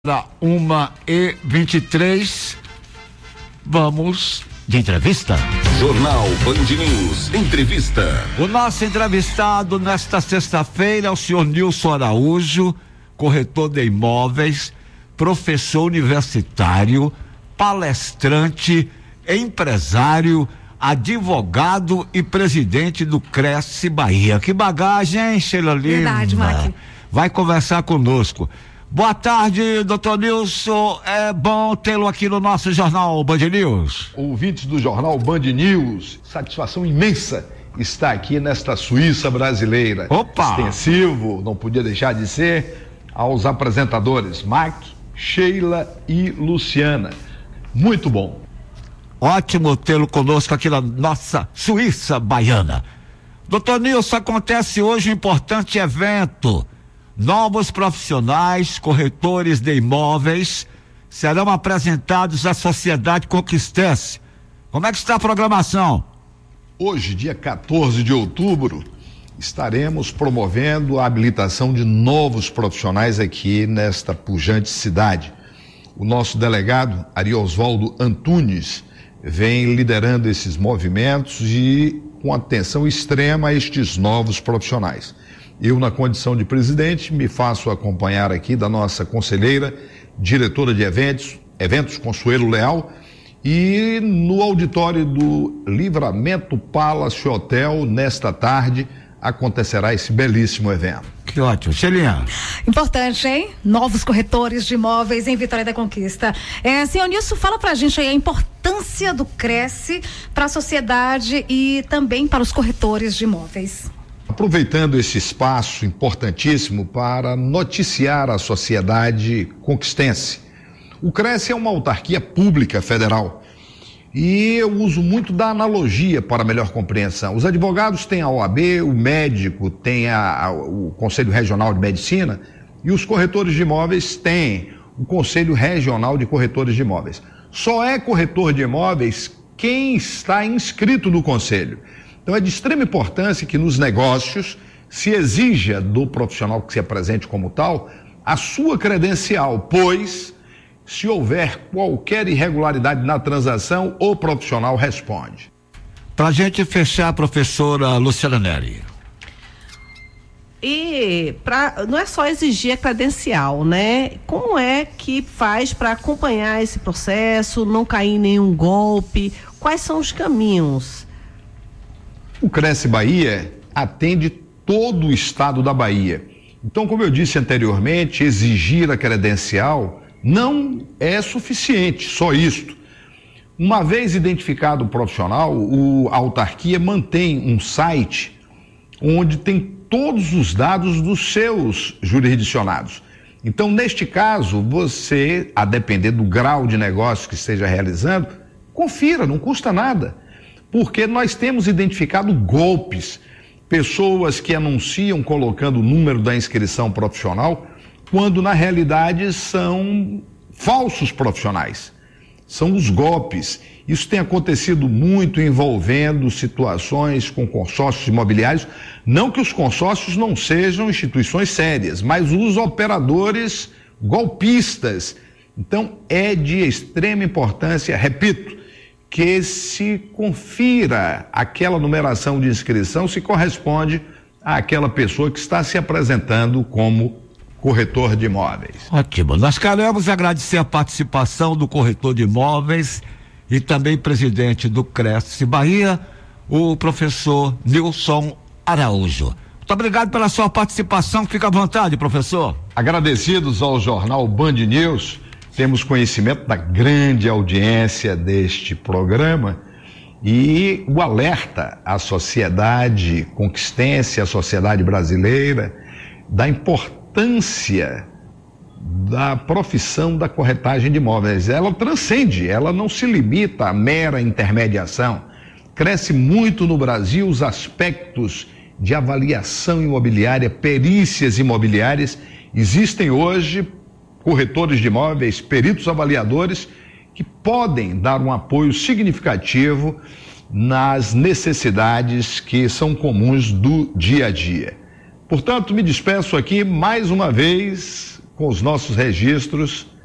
Da 1h23, vamos de entrevista. Jornal Band News, entrevista. O nosso entrevistado nesta sexta-feira é o senhor Nilson Araújo, corretor de imóveis, professor universitário, palestrante, empresário, advogado e presidente do Cresce Bahia. Que bagagem, hein, Sheila Lima? Verdade, Mac. Vai conversar conosco. Boa tarde, doutor Nilson, é bom tê-lo aqui no nosso Jornal Band News. Ouvintes do Jornal Band News, satisfação imensa estar aqui nesta Suíça brasileira. Opa! Extensivo, não podia deixar de ser, aos apresentadores Mac, Sheila e Luciana. Muito bom. Ótimo tê-lo conosco aqui na nossa Suíça baiana. Doutor Nilson, acontece hoje um importante evento. Novos profissionais, corretores de imóveis, serão apresentados à sociedade conquistense. Como é que está a programação? Hoje, dia 14 de outubro, estaremos promovendo a habilitação de novos profissionais aqui nesta pujante cidade. O nosso delegado, Ari Osvaldo Antunes, vem liderando esses movimentos e com atenção extrema a estes novos profissionais. Eu, na condição de presidente, me faço acompanhar aqui da nossa conselheira, diretora de eventos Consuelo Leal, e no auditório do Livramento Palace Hotel, nesta tarde, acontecerá esse belíssimo evento. Que ótimo. Xelinha. Importante, hein? Novos corretores de imóveis em Vitória da Conquista. Senhor Nilson, fala pra gente aí a importância do Cresce para a sociedade e também para os corretores de imóveis. Aproveitando esse espaço importantíssimo para noticiar a sociedade conquistense. O Cresce é uma autarquia pública federal e eu uso muito da analogia para melhor compreensão. Os advogados têm a OAB, o médico tem o Conselho Regional de Medicina e os corretores de imóveis têm o Conselho Regional de Corretores de Imóveis. Só é corretor de imóveis quem está inscrito no conselho. Então é de extrema importância que nos negócios se exija do profissional que se apresente como tal a sua credencial, pois se houver qualquer irregularidade na transação, o profissional responde. Para a gente fechar, a professora Luciana Neri. E não é só exigir a credencial, né? Como é que faz para acompanhar esse processo, não cair em nenhum golpe? Quais são os caminhos? O Cresce Bahia atende todo o estado da Bahia. Então, como eu disse anteriormente, exigir a credencial não é suficiente, só isto. Uma vez identificado o profissional, a autarquia mantém um site onde tem todos os dados dos seus jurisdicionados. Então, neste caso, você, a depender do grau de negócio que esteja realizando, confira, não custa nada. Porque nós temos identificado golpes, pessoas que anunciam colocando o número da inscrição profissional, quando na realidade são falsos profissionais, são os golpes. Isso tem acontecido muito envolvendo situações com consórcios imobiliários, não que os consórcios não sejam instituições sérias, mas os operadores golpistas. Então é de extrema importância, repito, que se confira aquela numeração de inscrição se corresponde àquela pessoa que está se apresentando como corretor de imóveis. Ótimo. Nós queremos agradecer a participação do corretor de imóveis e também presidente do Cresce Bahia, o professor Nilson Araújo. Muito obrigado pela sua participação. Fica à vontade, professor. Agradecidos ao jornal Band News. Temos conhecimento da grande audiência deste programa e o alerta à sociedade conquistense, à sociedade brasileira, da importância da profissão da corretagem de imóveis. Ela transcende, ela não se limita à mera intermediação. Cresce muito no Brasil os aspectos de avaliação imobiliária, perícias imobiliárias. Existem hoje corretores de imóveis, peritos avaliadores, que podem dar um apoio significativo nas necessidades que são comuns do dia a dia. Portanto, me despeço aqui mais uma vez com os nossos registros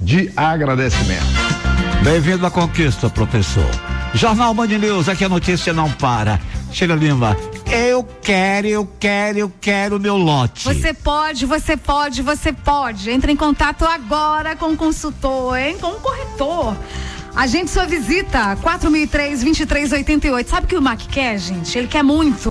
de agradecimento. Bem-vindo à conquista, professor. Jornal Band News, aqui a notícia não para. Sheila Lima, eu quero meu lote. Você pode. Entre em contato agora com o consultor, hein? Com o corretor. Agende sua visita, 4003-2388. Sabe o que o Mac quer, gente? Ele quer muito.